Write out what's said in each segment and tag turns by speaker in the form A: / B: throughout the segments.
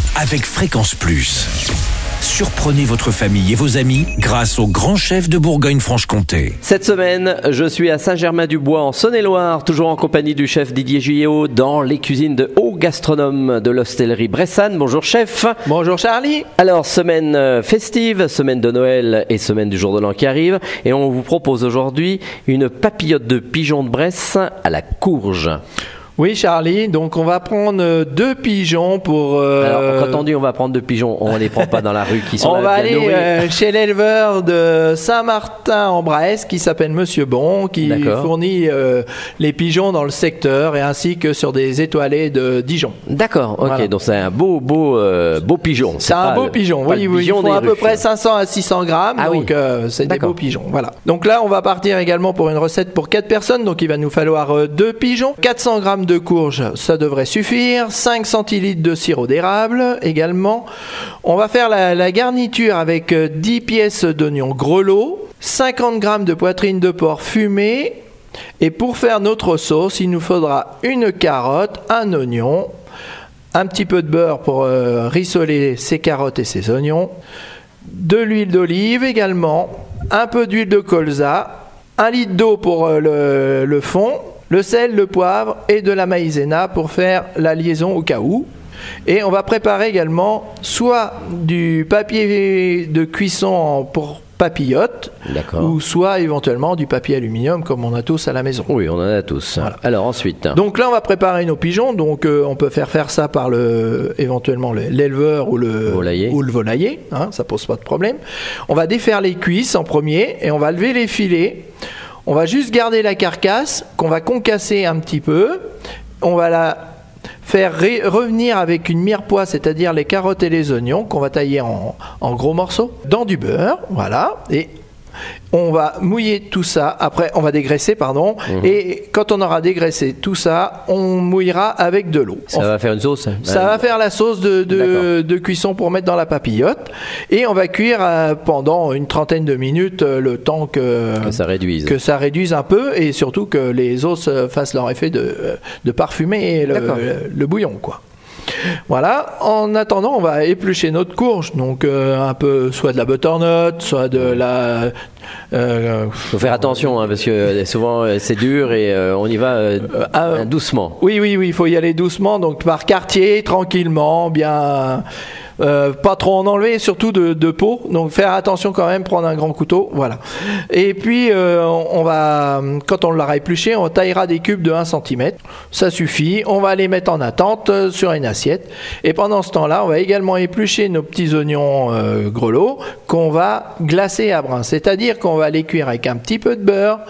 A: avec Fréquence Plus. Surprenez votre famille et vos amis grâce au grand chef de Bourgogne-Franche-Comté.
B: Cette semaine, je suis à Saint-Germain-du-Bois en Saône-et-Loire, toujours en compagnie du chef Didier Guyot dans les cuisines de Haut Gastronome de l'hostellerie Bressane. Bonjour chef.
C: Bonjour Charlie.
B: Alors, semaine festive, semaine de Noël et semaine du jour de l'an qui arrive. Et on vous propose aujourd'hui une papillote de pigeon de Bresse à la courge.
C: Oui Charlie, donc on va prendre 2 pigeons pour...
B: Alors quand on dit on va prendre 2 pigeons, on ne les prend pas dans la rue qui sont
C: on
B: là,
C: va aller chez l'éleveur de Saint-Martin-en-Bresse qui s'appelle Monsieur Bon, qui fournit les pigeons dans le secteur et ainsi que sur des étoilés de Dijon.
B: D'accord, ok, voilà. Donc c'est un beau pigeon.
C: C'est un beau pigeon, oui, il faut à peu près 500 à 600 grammes, donc c'est des beaux pigeons. Voilà. Donc là on va partir également pour une recette pour 4 personnes, donc il va nous falloir 2 pigeons, 400 grammes de courge, ça devrait suffire, 5 centilitres de sirop d'érable également. On va faire la garniture avec 10 pièces d'oignons grelots, 50 grammes de poitrine de porc fumée, et pour faire notre sauce, il nous faudra une carotte, un oignon, un petit peu de beurre pour rissoler ces carottes et ces oignons, de l'huile d'olive également, un peu d'huile de colza, 1 litre d'eau pour le fond, le sel, le poivre et de la maïzena pour faire la liaison au cas où. Et on va préparer également soit du papier de cuisson pour papillote, ou soit éventuellement du papier aluminium comme on a tous à la maison.
B: Oui, on en a tous. Voilà. Alors ensuite.
C: Donc là, on va préparer nos pigeons. Donc on peut faire ça par éventuellement l'éleveur ou le volailler. Hein, ça pose pas de problème. On va défaire les cuisses en premier et on va lever les filets. On va juste garder la carcasse qu'on va concasser un petit peu. On va la faire revenir avec une mirepoix, c'est-à-dire les carottes et les oignons qu'on va tailler en gros morceaux dans du beurre. Voilà. Et on va mouiller tout ça. Après, on va dégraisser, Et quand on aura dégraissé tout ça, on mouillera avec de l'eau.
B: Ça va faire une sauce.
C: Ça va faire la sauce de cuisson pour mettre dans la papillote. Et on va cuire pendant une trentaine de minutes le temps que ça réduise un peu et surtout que les os fassent leur effet de parfumer le bouillon, quoi. Voilà, en attendant, on va éplucher notre courge, donc un peu soit de la butternut, soit de la...
B: faut faire attention, parce que souvent c'est dur et on y va doucement.
C: Oui, il faut y aller doucement, donc par quartier, tranquillement, bien... pas trop en enlever, surtout de peau, donc faire attention quand même, prendre un grand couteau, voilà. Et puis on va, quand on l'aura épluché, on taillera des cubes de 1 cm, ça suffit. On va les mettre en attente sur une assiette, et pendant ce temps-là, on va également éplucher nos petits oignons grelots qu'on va glacer à brun, c'est-à-dire qu'on va les cuire avec un petit peu de beurre,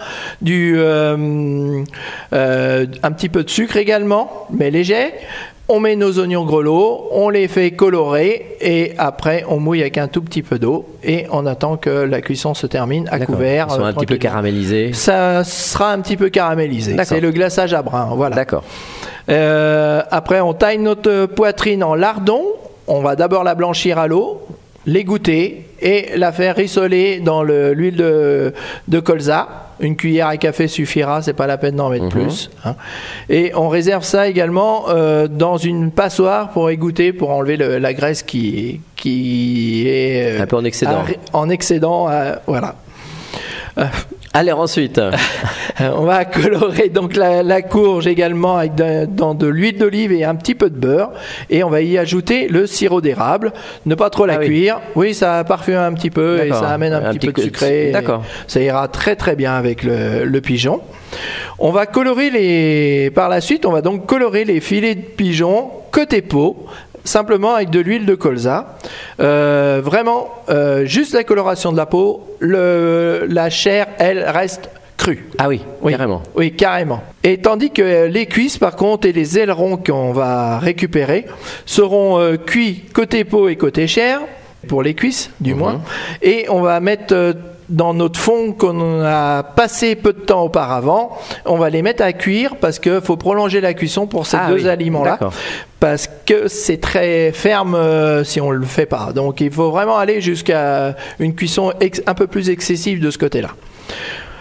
C: un petit peu de sucre également, mais léger. On met nos oignons grelots, on les fait colorer et après on mouille avec un tout petit peu d'eau et on attend que la cuisson se termine à couvert.
B: Ils sont un petit peu caramélisés.
C: Ça sera un petit peu caramélisé. C'est le glaçage à brun. Voilà.
B: D'accord.
C: Après on taille notre poitrine en lardons. On va d'abord la blanchir à l'eau, l'égoutter et la faire rissoler dans l'huile de colza. Une cuillère à café suffira, c'est pas la peine d'en mettre plus. Hein. Et on réserve ça également dans une passoire pour égoutter, pour enlever la graisse qui est
B: un peu en excédent.
C: Voilà.
B: Alors ensuite,
C: on va colorer donc la courge également avec dans de l'huile d'olive et un petit peu de beurre, et on va y ajouter le sirop d'érable. Ne pas trop la cuire. Oui, ça parfume un petit peu et ça amène un petit peu de sucré.
B: D'accord.
C: Ça ira très très bien avec le pigeon. On va colorer par la suite, on va donc colorer les filets de pigeon côté peau. Simplement avec de l'huile de colza. Vraiment, juste la coloration de la peau. La chair, elle, reste crue.
B: Ah oui, carrément.
C: Oui, carrément. Et tandis que les cuisses, par contre, et les ailerons qu'on va récupérer seront cuits côté peau et côté chair, pour les cuisses, du moins. Et on va mettre... dans notre fond qu'on a passé peu de temps auparavant, on va les mettre à cuire parce qu'il faut prolonger la cuisson pour ces deux aliments-là. D'accord. Parce que c'est très ferme si on ne le fait pas. Donc il faut vraiment aller jusqu'à une cuisson un peu plus excessive de ce côté-là.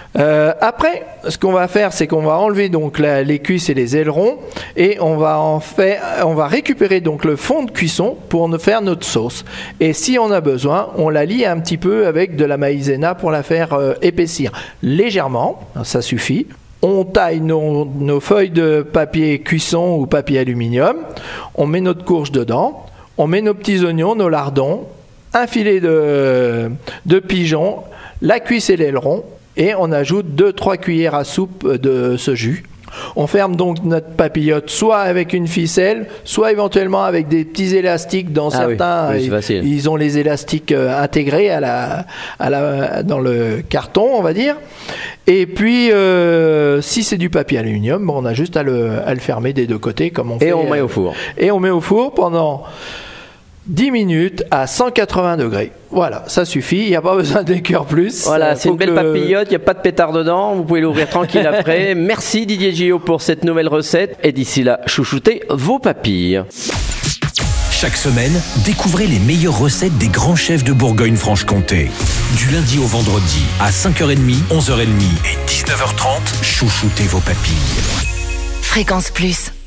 C: Après, ce qu'on va faire, c'est qu'on va enlever donc les cuisses et les ailerons et on va récupérer donc le fond de cuisson pour nous faire notre sauce. Et si on a besoin, on la lie un petit peu avec de la maïzena pour la faire épaissir légèrement, ça suffit. On taille nos feuilles de papier cuisson ou papier aluminium, on met notre courge dedans, on met nos petits oignons, nos lardons, un filet de pigeon, la cuisse et l'aileron, et on ajoute 2-3 cuillères à soupe de ce jus. On ferme donc notre papillote soit avec une ficelle, soit éventuellement avec des petits élastiques. Dans certains, ils ont les élastiques intégrés dans le carton, on va dire. Et puis, si c'est du papier aluminium, on a juste à le fermer des deux côtés, comme on fait.
B: Et on met au four.
C: Et on met au four pendant 10 minutes à 180 degrés. Voilà, ça suffit, il n'y a pas besoin d'écuire plus.
B: Voilà, c'est une belle papillote, il n'y a pas de pétard dedans, vous pouvez l'ouvrir tranquille après. Merci Didier Gillot pour cette nouvelle recette. Et d'ici là, chouchoutez vos papilles.
A: Chaque semaine, découvrez les meilleures recettes des grands chefs de Bourgogne-Franche-Comté. Du lundi au vendredi, à 5h30, 11h30 et 19h30, chouchoutez vos papilles.
D: Fréquence Plus.